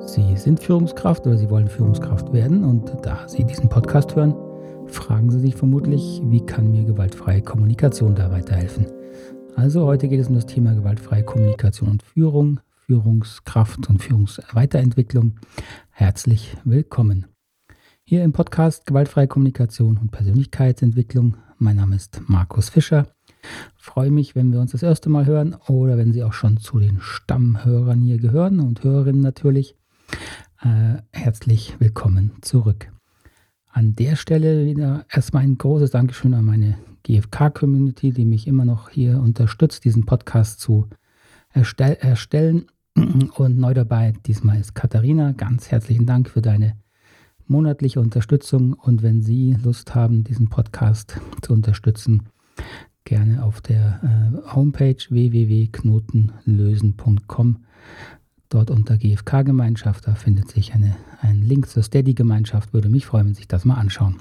Sie sind Führungskraft oder Sie wollen Führungskraft werden und da Sie diesen Podcast hören, fragen Sie sich vermutlich, wie kann mir gewaltfreie Kommunikation da weiterhelfen? Also heute geht es um das Thema gewaltfreie Kommunikation und Führung, Führungskraft und Führungsweiterentwicklung. Herzlich willkommen. Hier im Podcast Gewaltfreie Kommunikation und Persönlichkeitsentwicklung. Mein Name ist Markus Fischer. Freue mich, wenn wir uns das erste Mal hören oder wenn Sie auch schon zu den Stammhörern hier gehören und Hörerinnen natürlich. Herzlich willkommen zurück. An der Stelle wieder erstmal ein großes Dankeschön an meine GFK-Community, die mich immer noch hier unterstützt, diesen Podcast zu erstellen. Und neu dabei diesmal ist Katharina. Ganz herzlichen Dank für deine monatliche Unterstützung. Und wenn Sie Lust haben, diesen Podcast zu unterstützen, gerne auf der Homepage www.knotenlösen.com. Dort unter GFK-Gemeinschaft, da findet sich ein Link zur Steady-Gemeinschaft. Würde mich freuen, wenn Sie sich das mal anschauen.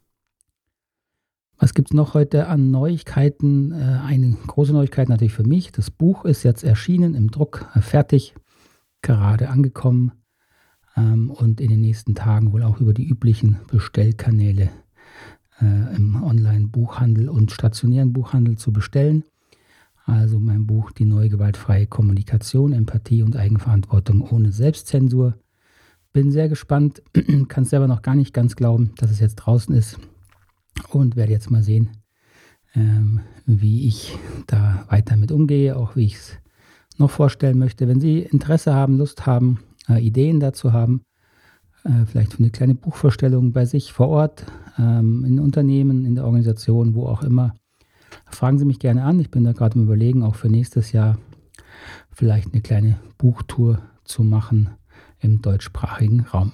Was gibt es noch heute an Neuigkeiten? Eine große Neuigkeit natürlich für mich. Das Buch ist jetzt erschienen, im Druck fertig, gerade angekommen und in den nächsten Tagen wohl auch über die üblichen Bestellkanäle im Online-Buchhandel und stationären Buchhandel zu bestellen. Also mein Buch Die neue gewaltfreie Kommunikation, Empathie und Eigenverantwortung ohne Selbstzensur. Bin sehr gespannt, kann es selber noch gar nicht ganz glauben, dass es jetzt draußen ist und werde jetzt mal sehen, wie ich da weiter mit umgehe, auch wie ich es noch vorstellen möchte. Wenn Sie Interesse haben, Lust haben, Ideen dazu haben, vielleicht für eine kleine Buchvorstellung bei sich vor Ort, in Unternehmen, in der Organisation, wo auch immer, fragen Sie mich gerne an. Ich bin da gerade im Überlegen, auch für nächstes Jahr vielleicht eine kleine Buchtour zu machen im deutschsprachigen Raum.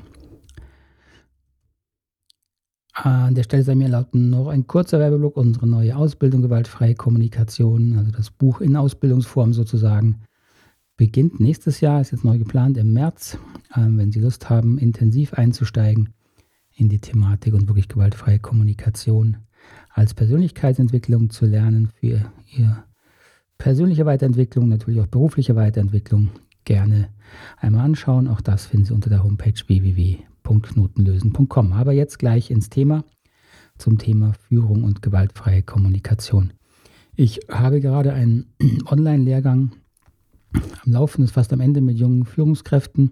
An der Stelle sei mir erlaubt noch ein kurzer Werbeblock. Unsere neue Ausbildung Gewaltfreie Kommunikation, also das Buch in Ausbildungsform sozusagen, beginnt nächstes Jahr, ist jetzt neu geplant im März. Wenn Sie Lust haben, intensiv einzusteigen in die Thematik und wirklich gewaltfreie Kommunikation als Persönlichkeitsentwicklung zu lernen, für Ihre persönliche Weiterentwicklung, natürlich auch berufliche Weiterentwicklung, gerne einmal anschauen. Auch das finden Sie unter der Homepage www.knotenlösen.com. Aber jetzt gleich ins Thema, zum Thema Führung und gewaltfreie Kommunikation. Ich habe gerade einen Online-Lehrgang am Laufen, ist fast am Ende, mit jungen Führungskräften,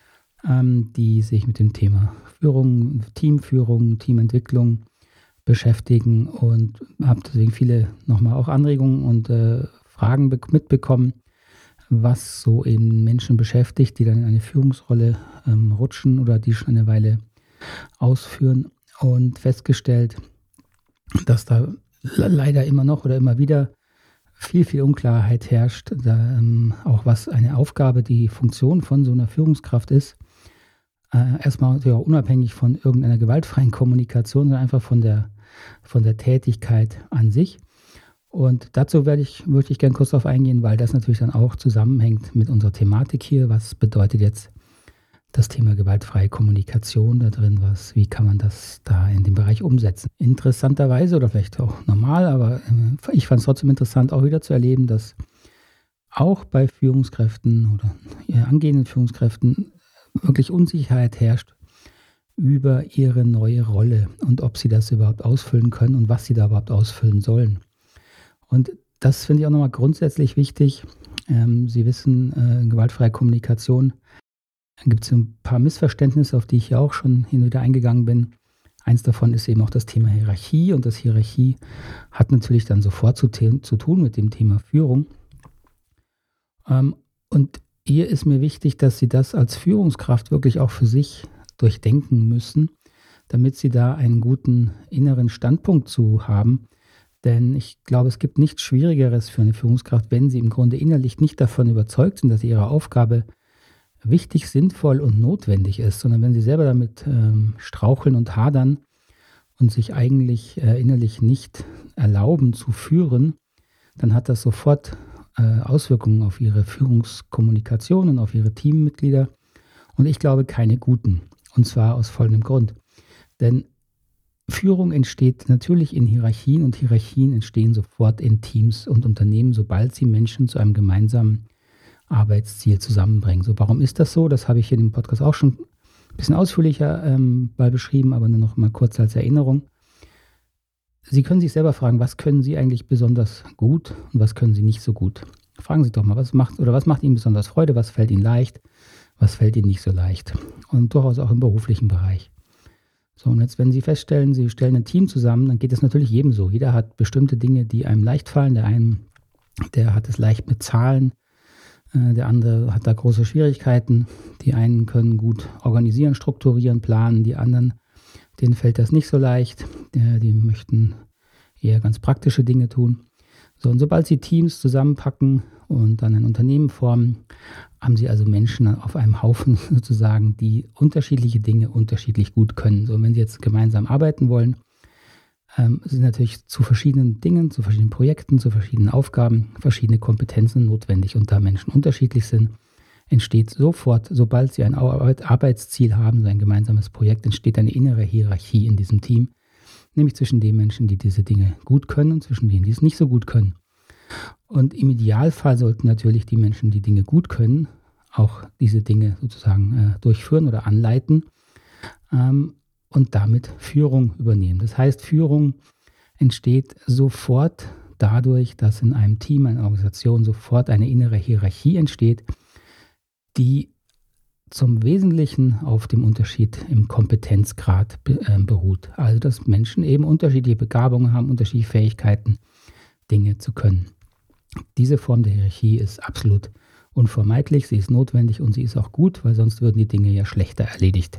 die sich mit dem Thema Führung, Teamführung, Teamentwicklung beschäftigen und habe deswegen viele nochmal auch Anregungen und Fragen mitbekommen, was so eben Menschen beschäftigt, die dann in eine Führungsrolle rutschen oder die schon eine Weile ausführen, und festgestellt, dass da leider immer noch oder immer wieder viel Unklarheit herrscht, auch was eine Aufgabe, die Funktion von so einer Führungskraft ist. Erstmal natürlich auch unabhängig von irgendeiner gewaltfreien Kommunikation, sondern einfach von der Tätigkeit an sich. Und dazu würde ich gerne kurz darauf eingehen, weil das natürlich dann auch zusammenhängt mit unserer Thematik hier. Was bedeutet jetzt das Thema gewaltfreie Kommunikation da drin? Wie kann man das da in dem Bereich umsetzen? Interessanterweise oder vielleicht auch normal, aber ich fand es trotzdem interessant, auch wieder zu erleben, dass auch bei Führungskräften oder angehenden Führungskräften wirklich Unsicherheit herrscht über ihre neue Rolle und ob sie das überhaupt ausfüllen können und was sie da überhaupt ausfüllen sollen. Und das finde ich auch nochmal grundsätzlich wichtig. Sie wissen, gewaltfreie Kommunikation, da gibt es ein paar Missverständnisse, auf die ich ja auch schon hin und wieder eingegangen bin. Eins davon ist eben auch das Thema Hierarchie, und das Hierarchie hat natürlich dann sofort zu tun mit dem Thema Führung. Und hier ist mir wichtig, dass Sie das als Führungskraft wirklich auch für sich durchdenken müssen, damit Sie da einen guten inneren Standpunkt zu haben. Denn ich glaube, es gibt nichts Schwierigeres für eine Führungskraft, wenn sie im Grunde innerlich nicht davon überzeugt sind, dass ihre Aufgabe wichtig, sinnvoll und notwendig ist, sondern wenn sie selber damit straucheln und hadern und sich eigentlich innerlich nicht erlauben zu führen, dann hat das sofort Auswirkungen auf ihre Führungskommunikation und auf ihre Teammitglieder. Und ich glaube, keine guten. Und zwar aus folgendem Grund. Denn Führung entsteht natürlich in Hierarchien, und Hierarchien entstehen sofort in Teams und Unternehmen, sobald sie Menschen zu einem gemeinsamen Arbeitsziel zusammenbringen. So, warum ist das so? Das habe ich in dem Podcast auch schon ein bisschen ausführlicher mal beschrieben, aber nur noch mal kurz als Erinnerung. Sie können sich selber fragen, was können Sie eigentlich besonders gut und was können Sie nicht so gut? Fragen Sie doch mal, was macht Ihnen besonders Freude, was fällt Ihnen leicht, was fällt Ihnen nicht so leicht? Und durchaus auch im beruflichen Bereich. So, und jetzt, wenn Sie feststellen, Sie stellen ein Team zusammen, dann geht es natürlich jedem so. Jeder hat bestimmte Dinge, die einem leicht fallen. Der hat es leicht mit Zahlen, der andere hat da große Schwierigkeiten. Die einen können gut organisieren, strukturieren, planen, die anderen, denen fällt das nicht so leicht. Die möchten eher ganz praktische Dinge tun. So, und sobald Sie Teams zusammenpacken und dann ein Unternehmen formen, haben Sie also Menschen auf einem Haufen sozusagen, die unterschiedliche Dinge unterschiedlich gut können. So, und wenn Sie jetzt gemeinsam arbeiten wollen, sind natürlich zu verschiedenen Dingen, zu verschiedenen Projekten, zu verschiedenen Aufgaben, verschiedene Kompetenzen notwendig. Und da Menschen unterschiedlich sind, entsteht sofort, sobald Sie ein Arbeitsziel haben, so ein gemeinsames Projekt, entsteht eine innere Hierarchie in diesem Team, nämlich zwischen den Menschen, die diese Dinge gut können und zwischen denen, die es nicht so gut können. Und im Idealfall sollten natürlich die Menschen, die Dinge gut können, auch diese Dinge sozusagen durchführen oder anleiten und damit Führung übernehmen. Das heißt, Führung entsteht sofort dadurch, dass in einem Team, einer Organisation sofort eine innere Hierarchie entsteht, die zum Wesentlichen auf dem Unterschied im Kompetenzgrad beruht. Also, dass Menschen eben unterschiedliche Begabungen haben, unterschiedliche Fähigkeiten, Dinge zu können. Diese Form der Hierarchie ist absolut unvermeidlich, sie ist notwendig und sie ist auch gut, weil sonst würden die Dinge ja schlechter erledigt.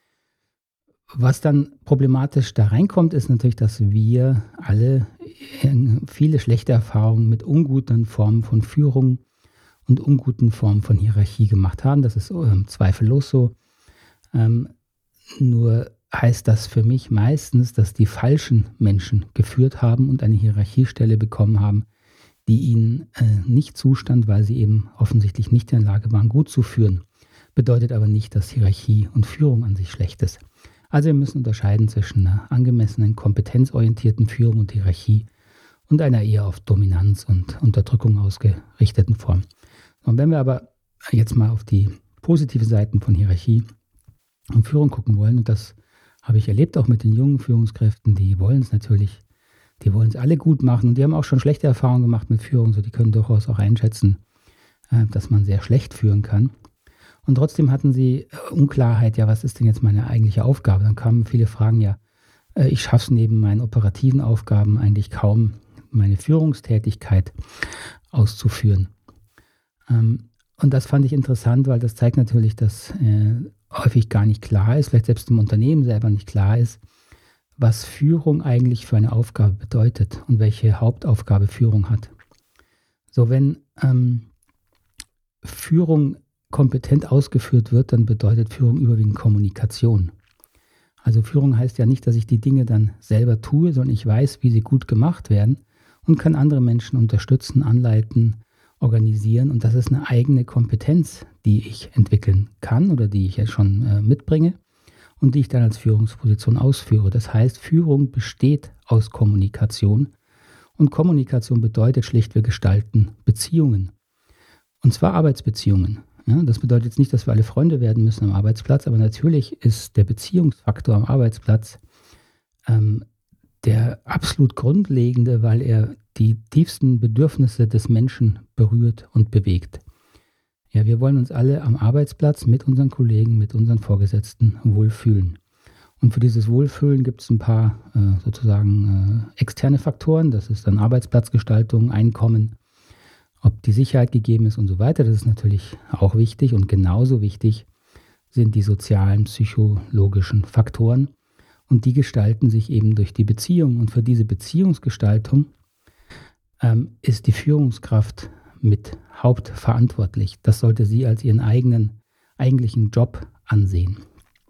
Was dann problematisch da reinkommt, ist natürlich, dass wir alle viele schlechte Erfahrungen mit unguten Formen von Führung und unguten Formen von Hierarchie gemacht haben. Das ist zweifellos so. Nur heißt das für mich meistens, dass die falschen Menschen geführt haben und eine Hierarchiestelle bekommen haben, die ihnen nicht zustand, weil sie eben offensichtlich nicht in der Lage waren, gut zu führen. Bedeutet aber nicht, dass Hierarchie und Führung an sich schlecht ist. Also wir müssen unterscheiden zwischen einer angemessenen, kompetenzorientierten Führung und Hierarchie und einer eher auf Dominanz und Unterdrückung ausgerichteten Form. Und wenn wir aber jetzt mal auf die positiven Seiten von Hierarchie und Führung gucken wollen, und das habe ich erlebt auch mit den jungen Führungskräften, die wollen es alle gut machen und die haben auch schon schlechte Erfahrungen gemacht mit Führung, so die können durchaus auch einschätzen, dass man sehr schlecht führen kann. Und trotzdem hatten sie Unklarheit, ja, was ist denn jetzt meine eigentliche Aufgabe? Dann kamen viele Fragen, ja, ich schaffe es neben meinen operativen Aufgaben eigentlich kaum, meine Führungstätigkeit auszuführen. Und das fand ich interessant, weil das zeigt natürlich, dass häufig gar nicht klar ist, vielleicht selbst im Unternehmen selber nicht klar ist, was Führung eigentlich für eine Aufgabe bedeutet und welche Hauptaufgabe Führung hat. So, wenn Führung kompetent ausgeführt wird, dann bedeutet Führung überwiegend Kommunikation. Also Führung heißt ja nicht, dass ich die Dinge dann selber tue, sondern ich weiß, wie sie gut gemacht werden und kann andere Menschen unterstützen, anleiten, organisieren. Und das ist eine eigene Kompetenz, die ich entwickeln kann oder die ich ja schon mitbringe und die ich dann als Führungsposition ausführe. Das heißt, Führung besteht aus Kommunikation und Kommunikation bedeutet schlicht, wir gestalten Beziehungen. Und zwar Arbeitsbeziehungen. Ja, das bedeutet jetzt nicht, dass wir alle Freunde werden müssen am Arbeitsplatz, aber natürlich ist der Beziehungsfaktor am Arbeitsplatz der absolut grundlegende, weil er die tiefsten Bedürfnisse des Menschen berührt und bewegt. Ja, wir wollen uns alle am Arbeitsplatz mit unseren Kollegen, mit unseren Vorgesetzten wohlfühlen. Und für dieses Wohlfühlen gibt es ein paar externe Faktoren. Das ist dann Arbeitsplatzgestaltung, Einkommen, ob die Sicherheit gegeben ist und so weiter. Das ist natürlich auch wichtig und genauso wichtig sind die sozialen, psychologischen Faktoren. Und die gestalten sich eben durch die Beziehung. Und für diese Beziehungsgestaltung ist die Führungskraft mit hauptverantwortlich. Das sollte sie als ihren eigentlichen Job ansehen.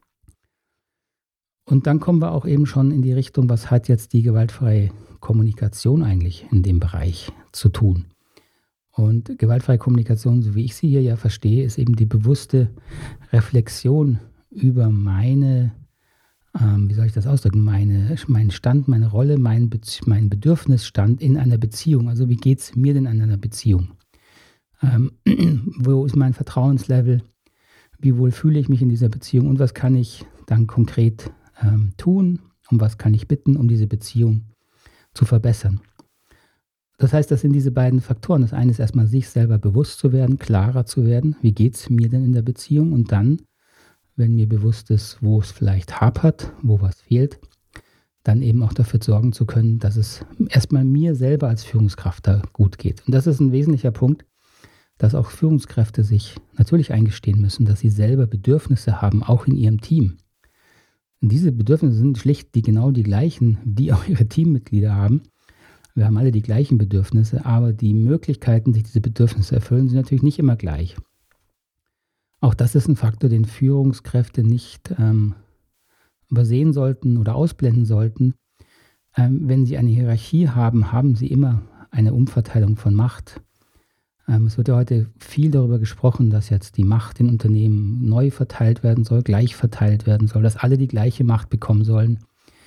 Und dann kommen wir auch eben schon in die Richtung, was hat jetzt die gewaltfreie Kommunikation eigentlich in dem Bereich zu tun? Und gewaltfreie Kommunikation, so wie ich sie hier ja verstehe, ist eben die bewusste Reflexion über meine, wie soll ich das ausdrücken, meinen Stand, meine Rolle, mein Bedürfnisstand in einer Beziehung. Also wie geht es mir denn an einer Beziehung? Wo ist mein Vertrauenslevel? Wie wohl fühle ich mich in dieser Beziehung? Und was kann ich dann konkret tun? Um was kann ich bitten, um diese Beziehung zu verbessern? Das heißt, das sind diese beiden Faktoren. Das eine ist erstmal, sich selber bewusst zu werden, klarer zu werden. Wie geht es mir denn in der Beziehung? Und dann, wenn mir bewusst ist, wo es vielleicht hapert, wo was fehlt, dann eben auch dafür sorgen zu können, dass es erstmal mir selber als Führungskraft da gut geht. Und das ist ein wesentlicher Punkt, dass auch Führungskräfte sich natürlich eingestehen müssen, dass sie selber Bedürfnisse haben, auch in ihrem Team. Und diese Bedürfnisse sind schlicht genau die gleichen, die auch ihre Teammitglieder haben. Wir haben alle die gleichen Bedürfnisse, aber die Möglichkeiten, sich diese Bedürfnisse erfüllen, sind natürlich nicht immer gleich. Auch das ist ein Faktor, den Führungskräfte nicht übersehen sollten oder ausblenden sollten. Wenn sie eine Hierarchie haben, haben sie immer eine Umverteilung von Macht. Es wird ja heute viel darüber gesprochen, dass jetzt die Macht in Unternehmen neu verteilt werden soll, gleich verteilt werden soll, dass alle die gleiche Macht bekommen sollen.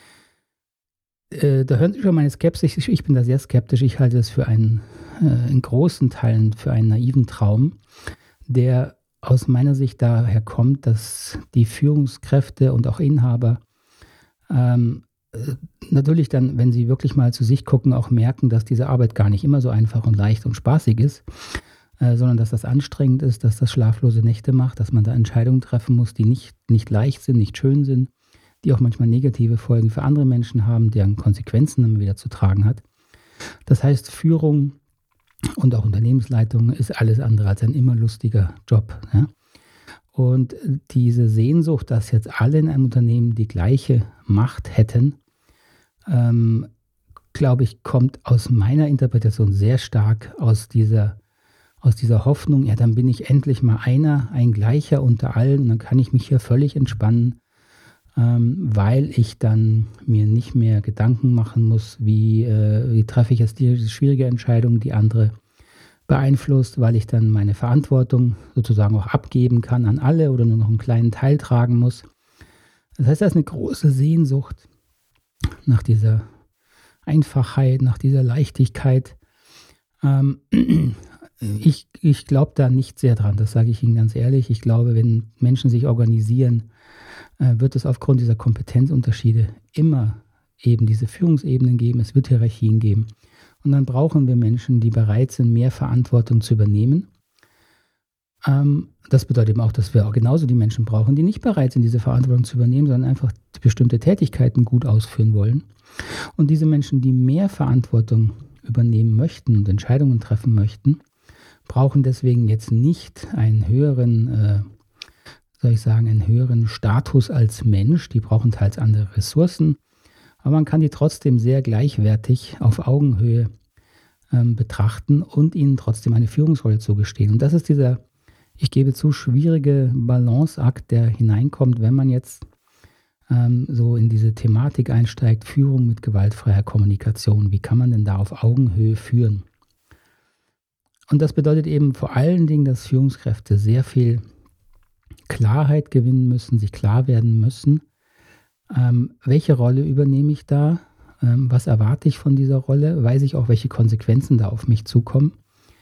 Da hören Sie schon meine Skepsis. Ich bin da sehr skeptisch. Ich halte das für in großen Teilen für einen naiven Traum, der aus meiner Sicht daher kommt, dass die Führungskräfte und auch Inhaber natürlich dann, wenn sie wirklich mal zu sich gucken, auch merken, dass diese Arbeit gar nicht immer so einfach und leicht und spaßig ist, sondern dass das anstrengend ist, dass das schlaflose Nächte macht, dass man da Entscheidungen treffen muss, die nicht leicht sind, nicht schön sind, die auch manchmal negative Folgen für andere Menschen haben, deren Konsequenzen man wieder zu tragen hat. Das heißt, Führung und auch Unternehmensleitung ist alles andere als ein immer lustiger Job. Ja? Und diese Sehnsucht, dass jetzt alle in einem Unternehmen die gleiche Macht hätten, glaube ich, kommt aus meiner Interpretation sehr stark aus dieser Hoffnung, ja, dann bin ich endlich mal ein Gleicher unter allen und dann kann ich mich hier völlig entspannen, weil ich dann mir nicht mehr Gedanken machen muss, wie treffe ich jetzt die schwierige Entscheidung, die andere beeinflusst, weil ich dann meine Verantwortung sozusagen auch abgeben kann an alle oder nur noch einen kleinen Teil tragen muss. Das heißt, da ist eine große Sehnsucht nach dieser Einfachheit, nach dieser Leichtigkeit. Ich glaube da nicht sehr dran, das sage ich Ihnen ganz ehrlich. Ich glaube, wenn Menschen sich organisieren, wird es aufgrund dieser Kompetenzunterschiede immer eben diese Führungsebenen geben, es wird Hierarchien geben. Und dann brauchen wir Menschen, die bereit sind, mehr Verantwortung zu übernehmen. Das bedeutet eben auch, dass wir auch genauso die Menschen brauchen, die nicht bereit sind, diese Verantwortung zu übernehmen, sondern einfach bestimmte Tätigkeiten gut ausführen wollen. Und diese Menschen, die mehr Verantwortung übernehmen möchten und Entscheidungen treffen möchten, brauchen deswegen jetzt nicht einen höheren Status als Mensch. Die brauchen teils andere Ressourcen, aber man kann die trotzdem sehr gleichwertig auf Augenhöhe betrachten und ihnen trotzdem eine Führungsrolle zugestehen. Und das ist dieser, ich gebe zu, schwierige Balanceakt, der hineinkommt, wenn man jetzt so in diese Thematik einsteigt, Führung mit gewaltfreier Kommunikation. Wie kann man denn da auf Augenhöhe führen? Und das bedeutet eben vor allen Dingen, dass Führungskräfte sehr viel Klarheit gewinnen müssen, sich klar werden müssen, welche Rolle übernehme ich da, was erwarte ich von dieser Rolle, weiß ich auch, welche Konsequenzen da auf mich zukommen.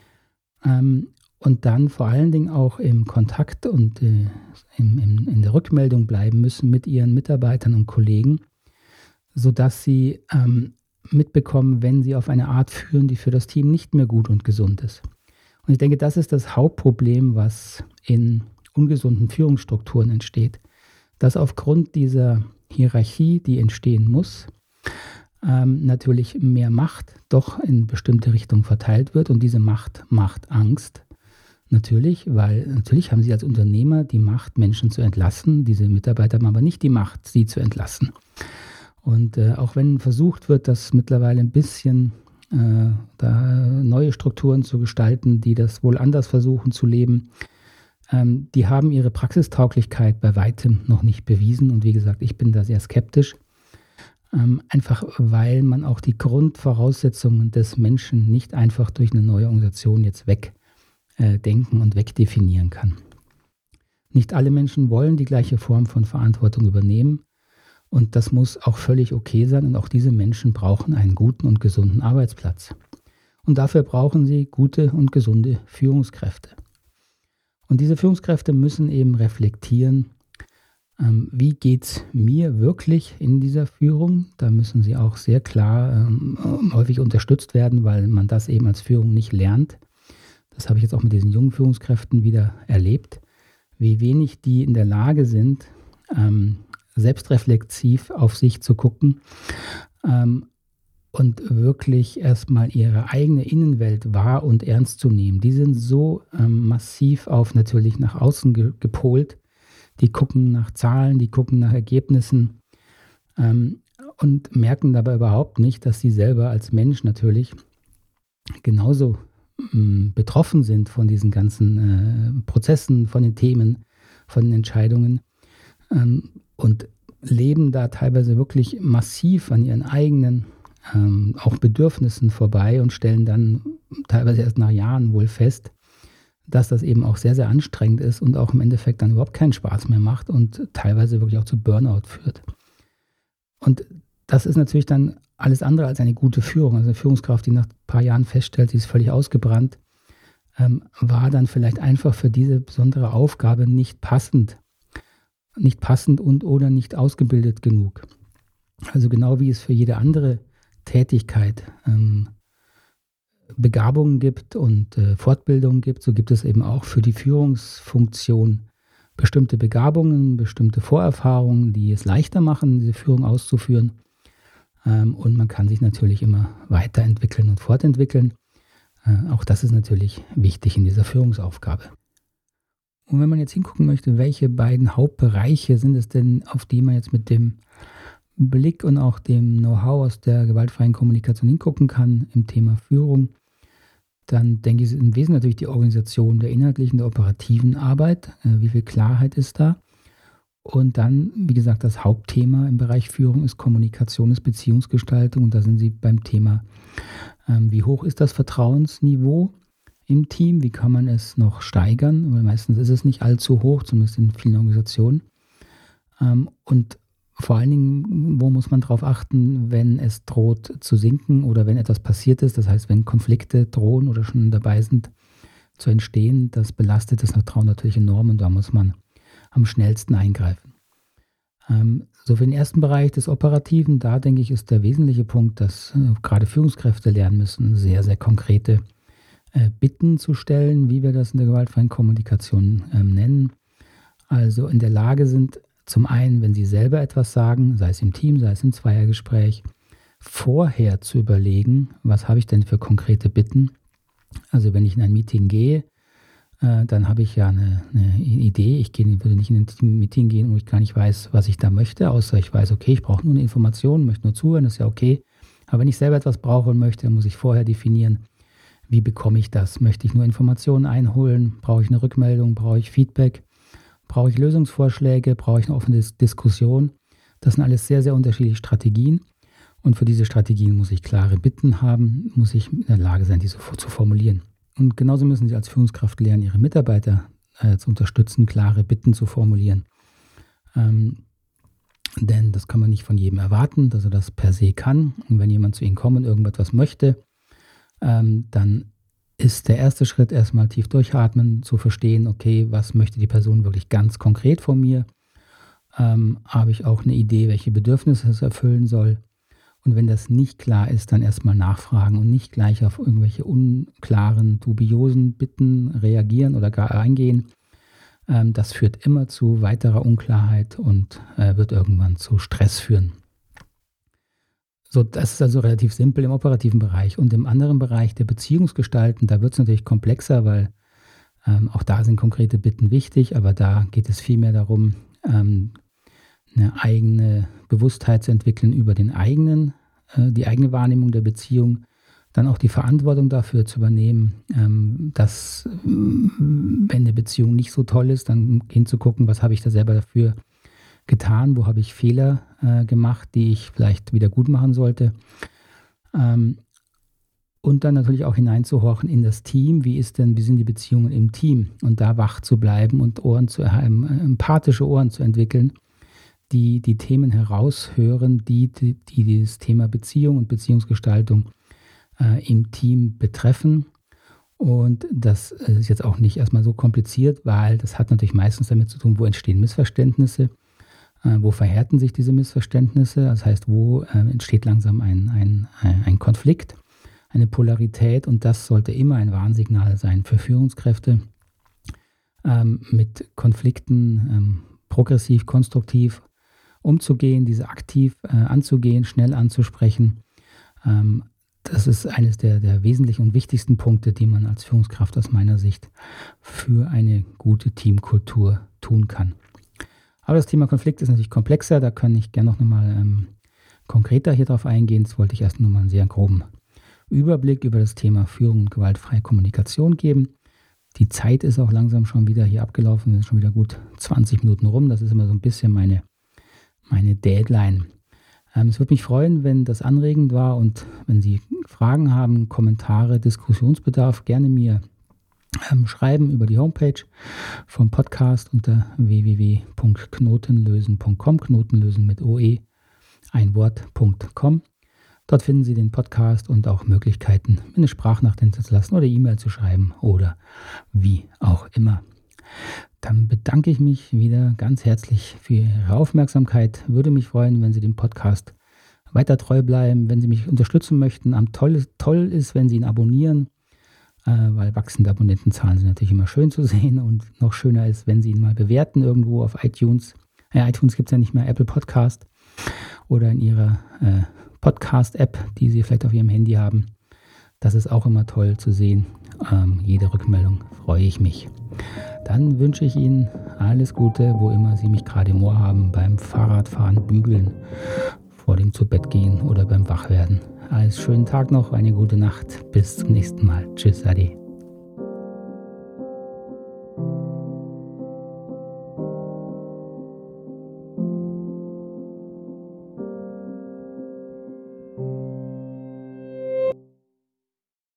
Und dann vor allen Dingen auch im Kontakt und in der Rückmeldung bleiben müssen mit ihren Mitarbeitern und Kollegen, sodass sie mitbekommen, wenn sie auf eine Art führen, die für das Team nicht mehr gut und gesund ist. Und ich denke, das ist das Hauptproblem, was in ungesunden Führungsstrukturen entsteht, dass aufgrund dieser Hierarchie, die entstehen muss, natürlich mehr Macht doch in bestimmte Richtungen verteilt wird und diese Macht macht Angst. Natürlich, weil natürlich haben Sie als Unternehmer die Macht, Menschen zu entlassen. Diese Mitarbeiter haben aber nicht die Macht, sie zu entlassen. Und auch wenn versucht wird, das mittlerweile ein bisschen da neue Strukturen zu gestalten, die das wohl anders versuchen zu leben, die haben ihre Praxistauglichkeit bei weitem noch nicht bewiesen. Und wie gesagt, ich bin da sehr skeptisch. Einfach weil man auch die Grundvoraussetzungen des Menschen nicht einfach durch eine neue Organisation jetzt wegdenken und wegdefinieren kann. Nicht alle Menschen wollen die gleiche Form von Verantwortung übernehmen und das muss auch völlig okay sein und auch diese Menschen brauchen einen guten und gesunden Arbeitsplatz. Und dafür brauchen sie gute und gesunde Führungskräfte. Und diese Führungskräfte müssen eben reflektieren, wie geht es mir wirklich in dieser Führung. Da müssen sie auch sehr klar häufig unterstützt werden, weil man das eben als Führung nicht lernt. Das habe ich jetzt auch mit diesen jungen Führungskräften wieder erlebt, wie wenig die in der Lage sind, selbstreflexiv auf sich zu gucken und wirklich erstmal ihre eigene Innenwelt wahr und ernst zu nehmen. Die sind so massiv natürlich nach außen gepolt. Die gucken nach Zahlen, die gucken nach Ergebnissen und merken dabei überhaupt nicht, dass sie selber als Mensch natürlich genauso betroffen sind von diesen ganzen Prozessen, von den Themen, von den Entscheidungen und leben da teilweise wirklich massiv an ihren eigenen auch Bedürfnissen vorbei und stellen dann teilweise erst nach Jahren wohl fest, dass das eben auch sehr, sehr anstrengend ist und auch im Endeffekt dann überhaupt keinen Spaß mehr macht und teilweise wirklich auch zu Burnout führt. Und das ist natürlich dann alles andere als eine gute Führung. Also eine Führungskraft, die nach ein paar Jahren feststellt, sie ist völlig ausgebrannt, war dann vielleicht einfach für diese besondere Aufgabe nicht passend und oder nicht ausgebildet genug. Also genau wie es für jede andere Tätigkeit Begabungen gibt und Fortbildungen gibt, so gibt es eben auch für die Führungsfunktion bestimmte Begabungen, bestimmte Vorerfahrungen, die es leichter machen, diese Führung auszuführen. Und man kann sich natürlich immer weiterentwickeln und fortentwickeln. Auch das ist natürlich wichtig in dieser Führungsaufgabe. Und wenn man jetzt hingucken möchte, welche beiden Hauptbereiche sind es denn, auf die man jetzt mit dem Blick und auch dem Know-how aus der gewaltfreien Kommunikation hingucken kann im Thema Führung, dann denke ich, ist im Wesentlichen natürlich die Organisation der inhaltlichen, der operativen Arbeit. Wie viel Klarheit ist da? Und dann, wie gesagt, das Hauptthema im Bereich Führung ist Kommunikation, ist Beziehungsgestaltung. Und da sind Sie beim Thema, wie hoch ist das Vertrauensniveau im Team? Wie kann man es noch steigern? Weil meistens ist es nicht allzu hoch, zumindest in vielen Organisationen. Und vor allen Dingen, wo muss man darauf achten, wenn es droht zu sinken oder wenn etwas passiert ist? Das heißt, wenn Konflikte drohen oder schon dabei sind zu entstehen, das belastet das Vertrauen natürlich enorm und da muss man am schnellsten eingreifen. So für den ersten Bereich des Operativen, da denke ich, ist der wesentliche Punkt, dass gerade Führungskräfte lernen müssen, sehr, sehr konkrete Bitten zu stellen, wie wir das in der gewaltfreien Kommunikation nennen. Also in der Lage sind, zum einen, wenn sie selber etwas sagen, sei es im Team, sei es im Zweiergespräch, vorher zu überlegen, was habe ich denn für konkrete Bitten. Also wenn ich in ein Meeting gehe, dann habe ich ja eine Idee. Ich würde nicht in ein Meeting gehen, wo ich gar nicht weiß, was ich da möchte, außer ich weiß, okay, ich brauche nur eine Information, möchte nur zuhören, das ist ja okay. Aber wenn ich selber etwas brauche und möchte, dann muss ich vorher definieren, wie bekomme ich das? Möchte ich nur Informationen einholen? Brauche ich eine Rückmeldung? Brauche ich Feedback? Brauche ich Lösungsvorschläge? Brauche ich eine offene Diskussion? Das sind alles sehr, sehr unterschiedliche Strategien. Und für diese Strategien muss ich klare Bitten haben, muss ich in der Lage sein, diese zu formulieren. Und genauso müssen Sie als Führungskraft lernen, Ihre Mitarbeiter zu unterstützen, klare Bitten zu formulieren. Denn das kann man nicht von jedem erwarten, dass er das per se kann. Und wenn jemand zu Ihnen kommt und irgendetwas möchte, dann ist der erste Schritt erstmal tief durchatmen, zu verstehen, okay, was möchte die Person wirklich ganz konkret von mir? Habe ich auch eine Idee, welche Bedürfnisse es erfüllen soll? Und wenn das nicht klar ist, dann erstmal nachfragen und nicht gleich auf irgendwelche unklaren, dubiosen Bitten reagieren oder gar eingehen. Das führt immer zu weiterer Unklarheit und wird irgendwann zu Stress führen. So, das ist also relativ simpel im operativen Bereich. Und im anderen Bereich der Beziehungsgestalten, da wird es natürlich komplexer, weil auch da sind konkrete Bitten wichtig, aber da geht es vielmehr darum, eine eigene Bewusstheit zu entwickeln über die eigene Wahrnehmung der Beziehung, dann auch die Verantwortung dafür zu übernehmen, dass, wenn eine Beziehung nicht so toll ist, dann hinzugucken, was habe ich da selber dafür getan, wo habe ich Fehler gemacht, die ich vielleicht wieder gut machen sollte. Und dann natürlich auch hineinzuhorchen in das Team, wie sind die Beziehungen im Team und da wach zu bleiben und empathische Ohren zu entwickeln, die Themen heraushören, die das Thema Beziehung und Beziehungsgestaltung im Team betreffen. Und das ist jetzt auch nicht erstmal so kompliziert, weil das hat natürlich meistens damit zu tun, wo entstehen Missverständnisse, wo verhärten sich diese Missverständnisse, das heißt, wo entsteht langsam ein Konflikt, eine Polarität, und das sollte immer ein Warnsignal sein für Führungskräfte, mit Konflikten progressiv, konstruktiv umzugehen, diese aktiv anzugehen, schnell anzusprechen. Das ist eines der wesentlichen und wichtigsten Punkte, die man als Führungskraft aus meiner Sicht für eine gute Teamkultur tun kann. Aber das Thema Konflikt ist natürlich komplexer, da kann ich gerne noch mal konkreter hier drauf eingehen. Jetzt wollte ich erst noch mal einen sehr groben Überblick über das Thema Führung und gewaltfreie Kommunikation geben. Die Zeit ist auch langsam schon wieder hier abgelaufen, es ist schon wieder gut 20 Minuten rum. Das ist immer so ein bisschen meine Deadline. Es würde mich freuen, wenn das anregend war, und wenn Sie Fragen haben, Kommentare, Diskussionsbedarf, gerne mir schreiben über die Homepage vom Podcast unter www.knotenlösen.com, Knotenlösen mit OE, ein Wort.com. Dort finden Sie den Podcast und auch Möglichkeiten, mir eine Sprachnachricht zu lassen oder E-Mail zu schreiben oder wie auch immer. Dann bedanke ich mich wieder ganz herzlich für Ihre Aufmerksamkeit. Würde mich freuen, wenn Sie dem Podcast weiter treu bleiben, wenn Sie mich unterstützen möchten. Toll ist, wenn Sie ihn abonnieren, weil wachsende Abonnentenzahlen sind natürlich immer schön zu sehen, und noch schöner ist, wenn Sie ihn mal bewerten irgendwo auf iTunes. iTunes gibt es ja nicht mehr, Apple Podcast oder in Ihrer Podcast-App, die Sie vielleicht auf Ihrem Handy haben. Das ist auch immer toll zu sehen. Jede Rückmeldung freue ich mich. Dann wünsche ich Ihnen alles Gute, wo immer Sie mich gerade im Ohr haben, beim Fahrradfahren, Bügeln, vor dem Zubettgehen oder beim Wachwerden. Alles schönen Tag noch, eine gute Nacht. Bis zum nächsten Mal. Tschüss, Ade.